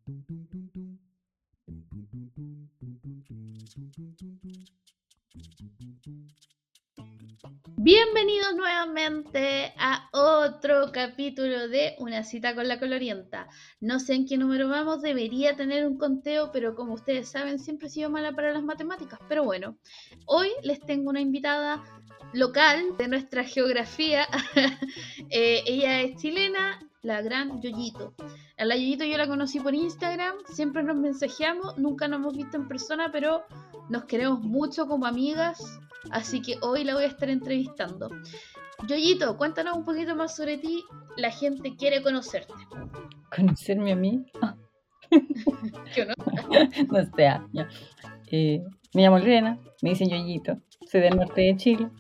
Bienvenidos nuevamente a otro capítulo de Una cita con la colorienta. No sé en qué número vamos, debería tener un conteo, pero como ustedes saben, siempre he sido mala para las matemáticas. Pero bueno, hoy les tengo una invitada local de nuestra geografía. Ella es chilena, la gran Yoyito. A la Yoyito yo la conocí por Instagram, siempre nos mensajeamos, nunca nos hemos visto en persona, pero nos queremos mucho como amigas. Así que hoy la voy a estar entrevistando. Yoyito, cuéntanos un poquito más sobre ti. La gente quiere conocerte. ¿Conocerme a mí? ¿Qué no? No sé, ya. Me llamo Lorena, me dicen Yoyito, soy del norte de Chile.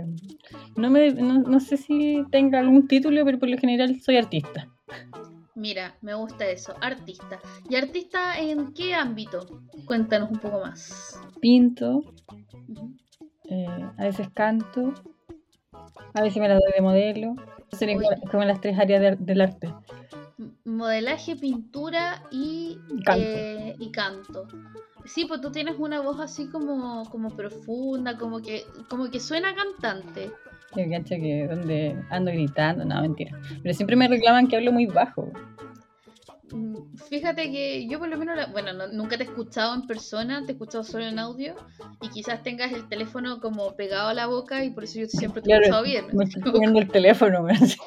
No sé si tenga algún título, pero por lo general soy artista. Mira, me gusta eso, artista. ¿Y artista en qué ámbito? Cuéntanos un poco más. Pinto, Uh-huh. a veces canto, a veces me las doy de modelo. Serían como las tres áreas del arte. Modelaje, pintura y canto. Sí, pues tú tienes una voz así como profunda, como que suena cantante. Yo cacho que donde ando gritando, no, mentira. Pero siempre me reclaman que hablo muy bajo. Fíjate que yo por lo menos, nunca te he escuchado en persona, te he escuchado solo en audio y quizás tengas el teléfono como pegado a la boca y por eso yo siempre te he escuchado bien. Me estoy poniendo el teléfono,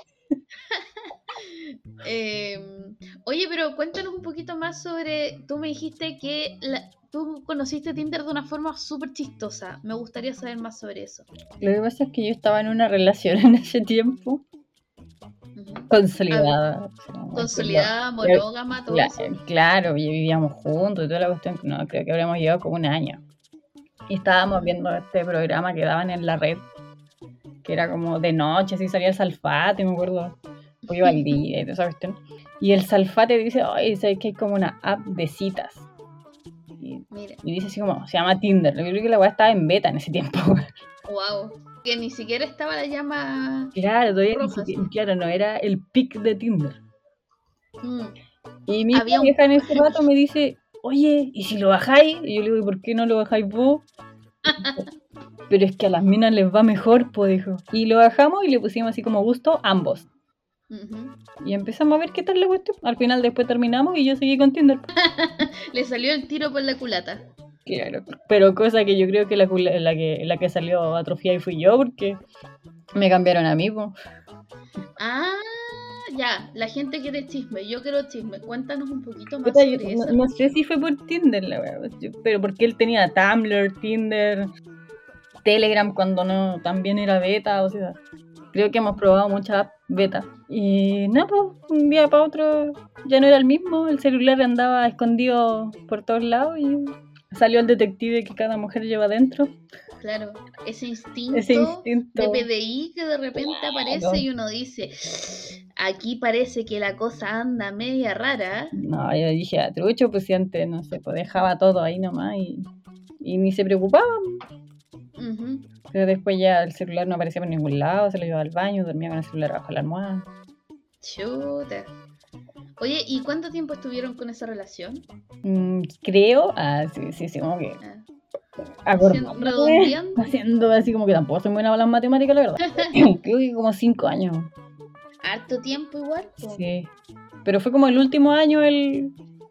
Oye, pero cuéntanos un poquito más sobre, tú me dijiste que tú conociste Tinder de una forma súper chistosa, me gustaría saber más sobre eso. Lo que pasa es que yo estaba en una relación en ese tiempo. Uh-huh. Consolidada. Consolidada, monógama, todo eso. Claro, vivíamos juntos y toda la cuestión. No, creo que habríamos llegado como un año. Y estábamos viendo este programa que daban en la red, que era como de noche, así salía el Salfate, me acuerdo. Pollo al día y toda esa cuestión. Y el Salfate dice, ay, ¿sabes que hay como una app de citas? Y dice así como, se llama Tinder. Yo creo que la weá estaba en beta en ese tiempo. Wow, que ni siquiera estaba la llama. Claro, todavía roja, ni siquiera, claro, no era el pic de Tinder. Y mi Había vieja en ese rato me dice, oye, ¿y si lo bajáis? Y yo le digo, ¿y por qué no lo bajáis vos? Pero es que a las minas les va mejor, pues dijo. Y lo bajamos y le pusimos así como gusto ambos. Uh-huh. Y empezamos a ver qué tal la cuestión. Al final después terminamos y yo seguí con Tinder. Le salió el tiro por la culata. Claro, pero cosa que yo creo que la que salió atrofiada y fui yo, porque me cambiaron a mí, pues. Ah, ya, la gente quiere chisme, yo quiero chisme. Cuéntanos un poquito más Puta, sobre eso. No sé si fue por Tinder, la verdad, pero porque él tenía Tumblr, Tinder, Telegram cuando no también era beta, o sea, creo que hemos probado muchas beta. Y nada, pues un día para otro ya no era el mismo, el celular andaba escondido por todos lados y salió el detective que cada mujer lleva dentro. Claro, ese instinto de PDI que de repente aparece y uno dice, aquí parece que la cosa anda media rara. No, yo dije, a trucho, pues si antes, no sé, pues dejaba todo ahí nomás y ni se preocupaba. Uh-huh. Pero después ya el celular no aparecía por ningún lado, se lo llevaba al baño, dormía con el celular bajo la almohada. Chuta. Oye, ¿y cuánto tiempo estuvieron con esa relación? Creo, sí, como que... Redondeando. Haciendo así como que tampoco soy buena para las matemáticas, la verdad. Creo que como 5 años. Harto tiempo igual. Sí. Pero fue como el último año el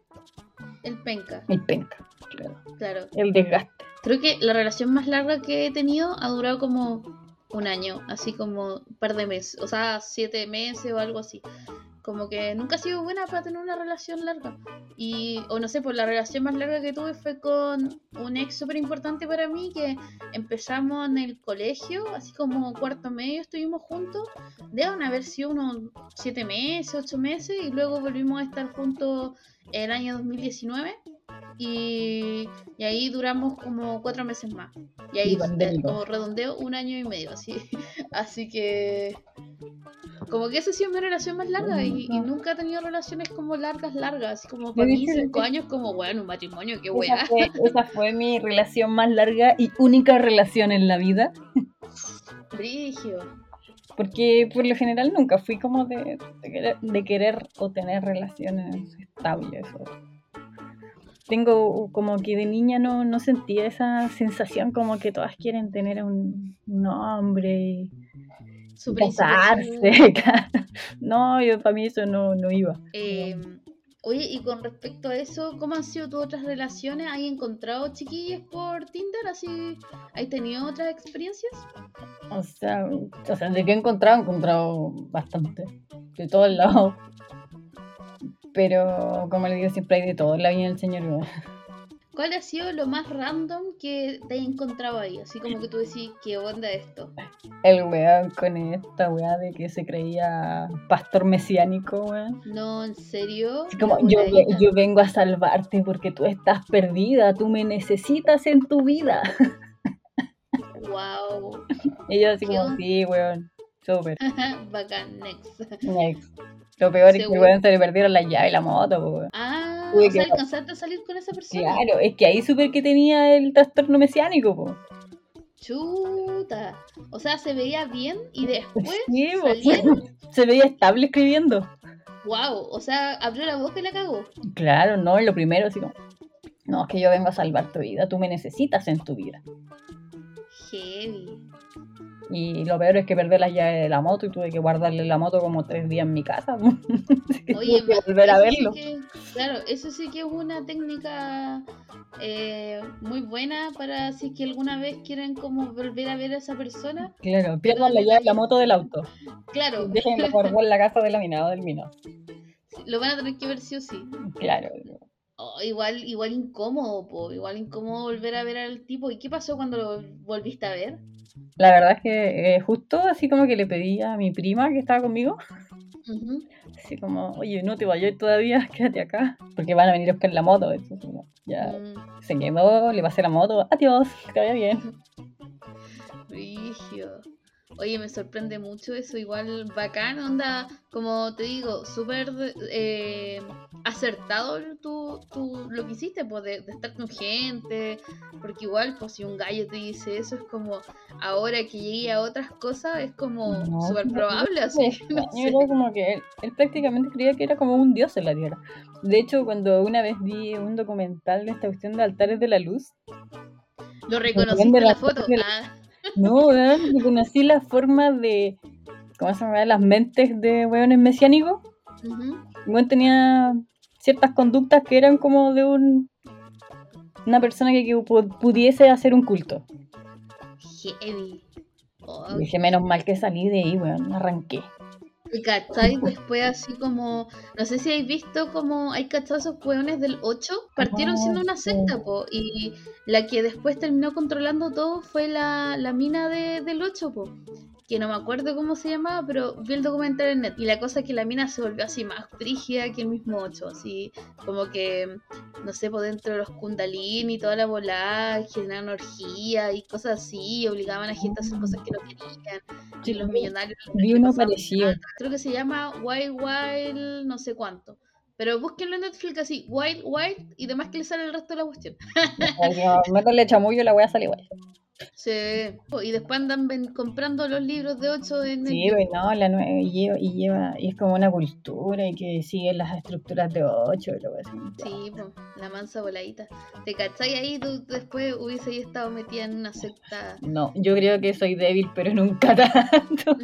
penca. El penca, claro. El desgaste. Creo que la relación más larga que he tenido ha durado como un año, así como un par de meses, o sea, 7 meses o algo así. Como que nunca he sido buena para tener una relación larga. O no sé, pues la relación más larga que tuve fue con un ex súper importante para mí, que empezamos en el colegio, así como cuarto medio estuvimos juntos. Deben haber sido unos 7 meses, 8 meses, y luego volvimos a estar juntos el año 2019. Y ahí duramos como 4 meses más. Y ahí, como redondeo, 1 año y medio, así. Así que... como que esa ha sido mi relación más larga y nunca he tenido relaciones como largas, así como para mí 5 años como, bueno, un matrimonio, qué weá. Esa fue mi relación más larga y única relación en la vida. Brigio. Porque por lo general nunca fui como de querer o tener relaciones estables. tengo como que de niña no sentía esa sensación como que todas quieren tener un hombre y Su príncipe casarse. azul. Claro. No, yo para mí eso no iba. Oye, y con respecto a eso, ¿cómo han sido tus otras relaciones? ¿Has encontrado chiquillas por Tinder? ¿Así? ¿Has tenido otras experiencias? O sea, de que he encontrado bastante. De todos lados. Pero, como le digo, siempre hay de todo en la vida del Señor. ¿No? ¿Cuál ha sido lo más random que te hayas encontrado ahí? Así como que tú decís, ¿qué onda esto? El weón con esta weá de que se creía pastor mesiánico, weón. No, ¿en serio? Así como, La voladita. yo vengo a salvarte porque tú estás perdida, tú me necesitas en tu vida. Wow. Y yo así ¿Qué como, onda? sí, weón, súper. Bacán, next. Next. Lo peor es que el Seguro. weón se le perdieron la llave y la moto, po, weón. Ah, Tuve o sea, que- alcanzaste a salir con esa persona. Claro, es que ahí supe que tenía el trastorno mesiánico, po. Chuta. O sea, se veía bien y después Sí, po. salieron. Se veía estable escribiendo. Wow. O sea, abrió la boca y la cagó. Claro, no, lo primero, así como, no, es que yo vengo a salvar tu vida, tú me necesitas en tu vida. Heavy. Y lo peor es que perdí las llaves de la moto y tuve que guardarle la moto como 3 días en mi casa. Así que Oye, tuve que volver a eso verlo. sí que, claro, eso sí que es una técnica muy buena para si es que alguna vez quieren como volver a ver a esa persona. Claro, pierdan la llave de la moto del auto. Claro, Déjenlo guardar en la casa de la mina o del mino. lo van a tener que ver sí o sí. Claro. Oh, igual incómodo, po. Igual incómodo volver a ver al tipo. ¿Y qué pasó cuando lo volviste a ver? La verdad es que justo así como que le pedí a mi prima que estaba conmigo, Ujú. así como, oye, no te vayas todavía, quédate acá, porque van a venir a buscar la moto. Entonces, no, ya se quedó, le pasé la moto, adiós, que vaya bien. Brígido. Oye, me sorprende mucho eso, igual bacán, onda, como te digo, súper acertado lo que hiciste, pues, de estar con gente, porque igual, pues, si un gallo te dice eso, es como, ahora que llegué a otras cosas, es como No, súper sí, probable, así, no extraño, sé. era como que él prácticamente creía que era como un dios en la tierra. De hecho, cuando una vez vi un documental de esta cuestión de altares de la luz, Lo de reconociste en la la foto. Ah, no, weón, reconocí la forma de, ¿cómo se llama? Las mentes de weones mesiánicos. ujú. Weón tenía ciertas conductas que eran como de una persona que pudiese hacer un culto. Heavy. Oh, Y dije, menos mal que salí de ahí, weón, arranqué. y cachai después así como, no sé si habéis visto como hay cachado esos hueones del 8 partieron siendo una secta, po, y la que después terminó controlando todo fue la mina del 8, po, que no me acuerdo cómo se llamaba, pero vi el documental en net, y la cosa es que la mina se volvió así más brígida que el mismo 8, así como que, no sé, por dentro de los kundalini y toda la volada, generaban orgías y cosas así, y obligaban a gente a hacer cosas que no querían, y Sí, los millonarios vi le uno pasaban parecido. creo que se llama Wild Wild no sé cuánto. Pero búsquenlo en Netflix así, Wild Wild y demás que le sale el resto de la cuestión. Métale chamullo y la wea sale igual. Sí. Y después andan comprando los libros de 8 en el Sí, pero Yugo. no, la nueva, y es como una cultura y que sigue las estructuras de 8 y lo voy a decir. Sí, po, la mansa voladita. ¿Te cachai ahí? Tú después hubiese estado metida en una secta No, yo creo que soy débil, pero nunca tanto.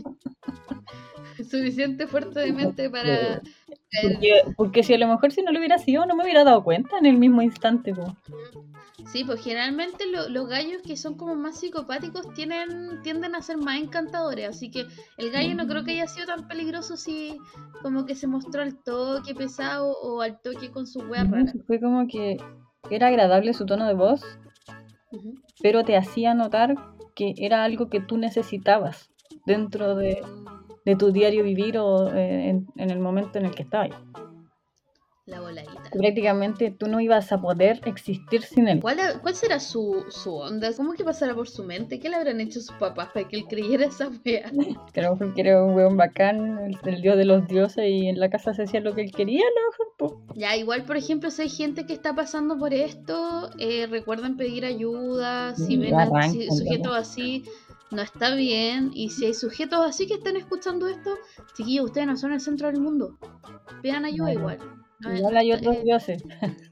suficiente fuerte de mente para caer en eso. Porque si a lo mejor si no lo hubiera sido, no me hubiera dado cuenta en el mismo instante. Po. Sí, pues generalmente los gallos que son como más psicopáticos tienden a ser más encantadores, así que el gallo no creo que haya sido tan peligroso si como que se mostró al toque pesado o al toque con su wea No, rara. fue como que era agradable su tono de voz, Ujú. pero te hacía notar que era algo que tú necesitabas dentro de tu diario vivir o en el momento en el que estabas. La voladita. Prácticamente tú no ibas a poder existir sin él. ¿Cuál será su onda? ¿Cómo que pasará por su mente? ¿Qué le habrán hecho sus papás para que él creyera esa wea? Creo que era un weón bacán, el dios de los dioses, y en la casa se hacía lo que él quería, ¿no? Ya, igual, por ejemplo, si hay gente que está pasando por esto, recuerden pedir ayuda. Si ven sujetos así, no está bien. Y si hay sujetos así que están escuchando esto, chiquillos, ustedes no son el centro del mundo. Pidan ayuda igual. Igual hay otros dioses.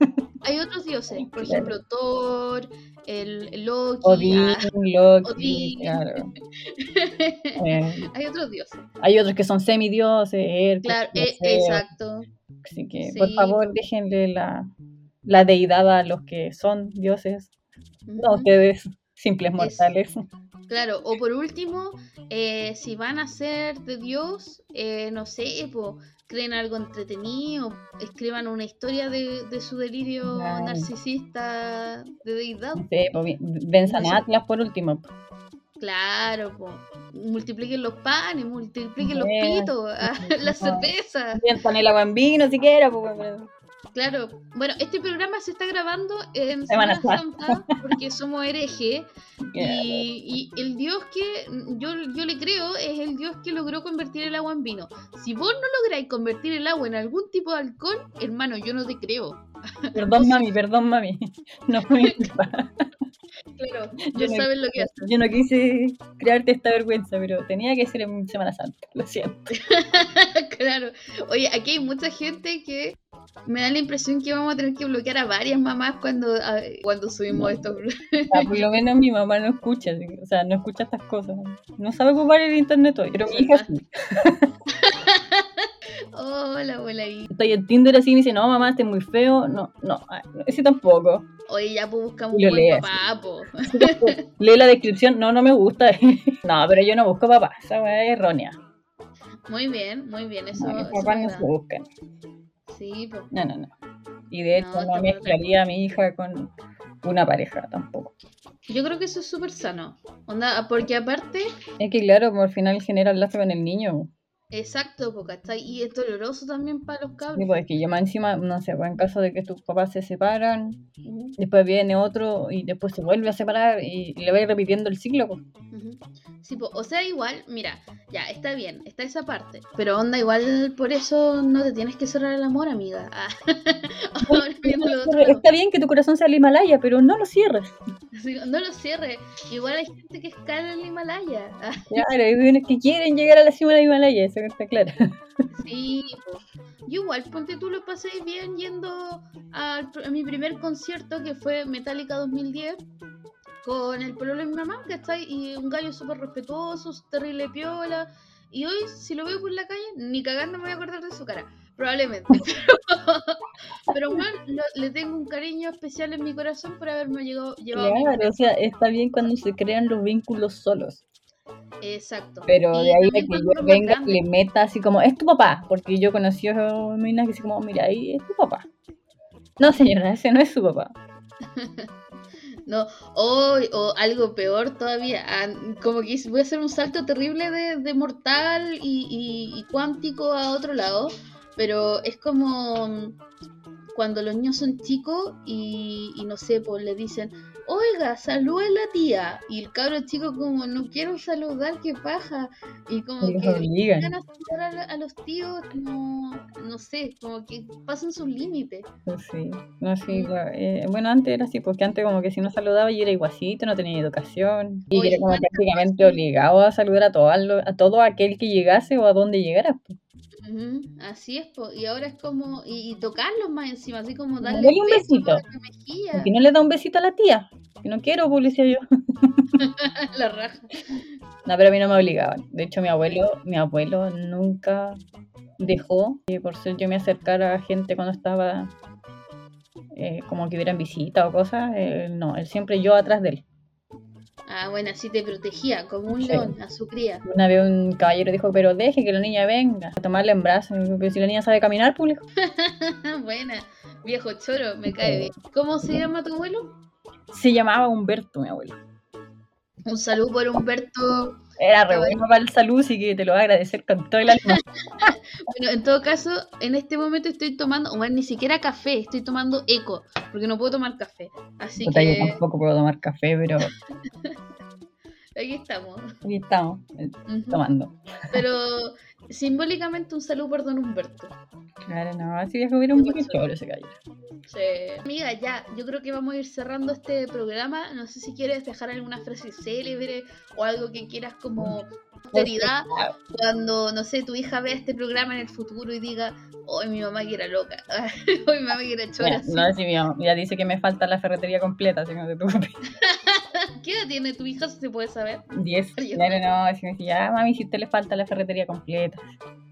hay otros dioses, por Claro. ejemplo, Thor, el Loki, Odín, Loki, Odín. claro. Hay otros dioses. Hay otros que son semidioses, Hércules, Claro, Zeus. exacto. Así que, por Sí, favor, déjenle la deidad a los que son dioses. No, ujú. ustedes, simples Es, mortales. claro, o por último, si van a ser de Dios, no sé, creen algo entretenido, escriban una historia de su delirio Claro. narcisista de deidad. No sé, pues, venzan a Atlas por último. Claro, multipliquen los panes, multipliquen los Eh, pitos, las no, cervezas. Piensan el agua en vino siquiera, pues, Claro, bueno, este programa se está grabando en Semana Semana Santa. Santa porque somos herejes Claro. y el Dios que yo le creo es el Dios que logró convertir el agua en vino. Si vos no lográis convertir el agua en algún tipo de alcohol, hermano, yo no te creo. Perdón, mami. No fue mi culpa. Claro, Yo no no, saben lo que hacen. yo no quise crearte esta vergüenza, pero tenía que ser en Semana Santa, lo siento. Claro. Oye, aquí hay mucha gente que me da la impresión que vamos a tener que bloquear a varias mamás cuando subimos No. esto. Por lo menos mi mamá no escucha, o sea, no escucha estas cosas. No sabe ocupar el internet hoy, pero mi hija sí. Hola, abuela ahí. Estoy en Tinder así y me dice, no, mamá, este es muy feo. No, ese tampoco. Oye, ya pues buscamos Y un lo buen lee papá, po. Lee la descripción, no me gusta. No, pero yo no busco papá, esa weá es errónea. Muy bien, eso, No, los eso papás me no se agrada. buscan. Sí, pues. No. Y de hecho No, no está mezclaría a mi hija con una pareja tampoco. Yo creo que eso es súper sano. Onda, porque aparte, Es que claro, como al final genera el lazo con el niño. exacto, porque está y es doloroso también para los Sí, cabros. pues es que yo más encima, no sé, pues en caso de que tus papás se separan, Ujú, después viene otro y después se vuelve a separar y le va a ir repitiendo el ciclo. Pues. ujú. Sí, o sea, igual, mira, ya, está bien, está esa parte. Pero onda, igual por eso no te tienes que cerrar el amor, amiga. Ahora viéndolo de otro lado. Está bien que tu corazón sea el Himalaya, pero no lo cierres. Sí, no lo cierres. Igual hay gente que escala en el Himalaya. Claro, hay unos que quieren llegar a la cima del Himalaya, eso está claro. Sí, yo igual, ponte tú, lo pasé bien yendo a mi primer concierto que fue Metallica 2010 con el pololo de mi mamá, ¿cachai? Y un gallo súper respetuoso, terrible piola. Y hoy, si lo veo por la calle, ni cagando me voy a acordar de su cara, probablemente. Pero bueno, le tengo un cariño especial en mi corazón por haberme llevado a mi Claro, o sea, está bien cuando se crean los vínculos solos. Exacto. Pero de Y ahí a también que cuando yo uno es más venga y grande. le meta así como, es tu papá, porque yo conocí a minas que así como, mira, ahí es tu papá. No, señora, ese no es su papá. No, o algo peor todavía, como que voy a hacer un salto terrible de mortal y cuántico a otro lado, pero es como cuando los niños son chicos y no sé, pues le dicen, oiga, saluda a la tía, y el cabro chico como, no quiero saludar, qué paja, y como Y los que obligan. van a saludar a los tíos, no sé, como que pasan sus límites. Pues sí, no, sí, bueno, antes era así, porque antes como que si no saludaba y era igualito, no tenía educación, y que era Oye, como ¿cuántas prácticamente veces? obligado a saludar a todo aquel que llegase o a donde llegara. Pues. Ujú, así es, y ahora es como, y tocarlos más encima, así como darle Dale un un beso besito, en la porque mejilla, no le da un besito a la tía, que no quiero, pues, le decía yo. la raja. No, pero a mí no me obligaban. De hecho, mi abuelo nunca dejó que por ser yo me acercara a gente cuando estaba como que hubieran visita o cosas. No, él siempre yo atrás de él. Ah, bueno, así te protegía, como un Sí. león a su cría. Una vez un caballero dijo, pero deje que la niña venga a tomarla en brazos. Y digo, pero si la niña sabe caminar, público. Buena, viejo choro, me cae bien. ¿Cómo se llama tu abuelo? Se llamaba Humberto, mi abuelo. Un saludo por Humberto. Era re bueno para el salud, así que te lo voy a agradecer con todo el alma. Bueno, en todo caso, en este momento estoy tomando, bueno, ni siquiera café, estoy tomando eco, porque no puedo tomar café. Así Puta, yo que tampoco puedo tomar café, pero aquí estamos. aquí estamos Ujú. tomando. Pero simbólicamente un saludo por don Humberto. Claro, no, así viejo hubiera un viejo chévere ese caballero. Sí. Amiga, ya, yo creo que vamos a ir cerrando este programa. No sé si quieres dejar alguna frase célebre o algo que quieras como posteridad cuando, no sé, tu hija vea este programa en el futuro y diga, hoy mi mamá que era loca, hoy mi mamá que era chora. No, sí, ya dice que me falta la ferretería completa, así que no te preocupes. ¿Qué edad tiene tu hija, si se puede saber? 10. No, así me decía, mami, si a usted le falta la ferretería completa.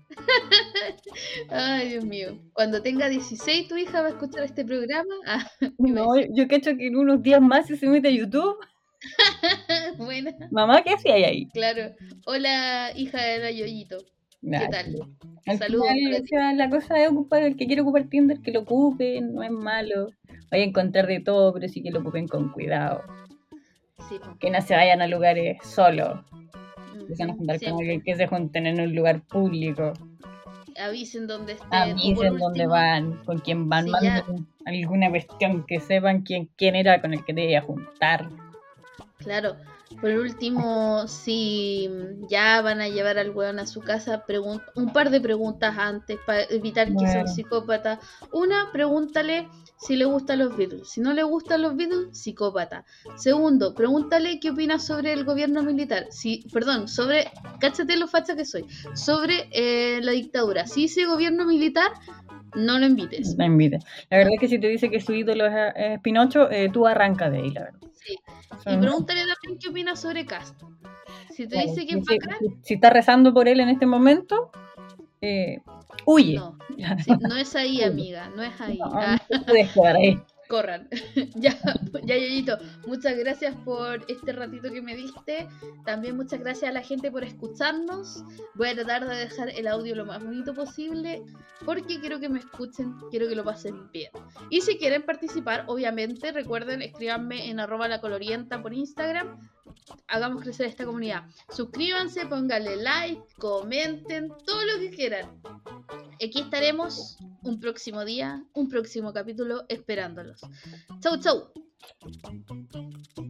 Ay, Dios mío. Cuando tenga 16, tu hija va a escuchar este programa. No, yo cacho que en unos días más se mete a YouTube. Buena. Mamá, ¿qué hacía ahí? Claro. Hola, hija de la Yoyito. ¿Qué tal? Al Saludos. final, o sea, la cosa es ocupar, el que quiere ocupar Tinder, que lo ocupe, no es malo. Vaya a encontrar de todo, pero sí que lo ocupen con cuidado. Sí. Que no se vayan a lugares solos. Que se van a juntar con alguien, que se junten en un lugar público. Avisen dónde estén. Avisen dónde van, con quién van, manden alguna cuestión, que sepan quién era con el que te iba a juntar. Claro. Por último, si ya van a llevar al weón a su casa, un par de preguntas antes para evitar que sea un psicópata. Una, pregúntale si le gustan los Beatles. Si no le gustan los Beatles, psicópata. Segundo, pregúntale qué opina sobre el gobierno militar. Sobre, cáchate lo facha que soy, sobre la dictadura. Si dice gobierno militar, no lo invites. No invites. La verdad es que si te dice que su ídolo es Pinocho, tú arranca de ahí, la verdad. Sí. Y pregúntale también qué opina sobre Cast. Si te dice que es bacán, si está rezando por él en este momento, huye. No es ahí, amiga, no es ahí. No puedes quedar ahí. Corran. ya, Yoyito, muchas gracias por este ratito que me diste. También muchas gracias a la gente por escucharnos. Voy a tratar de dejar el audio lo más bonito posible porque quiero que me escuchen, quiero que lo pasen bien. Y si quieren participar, obviamente, recuerden, escríbanme en @lacolorienta por Instagram. Hagamos crecer esta comunidad. Suscríbanse, pónganle like, comenten, todo lo que quieran. Aquí estaremos un próximo día, un próximo capítulo esperándolos. Chau, chau.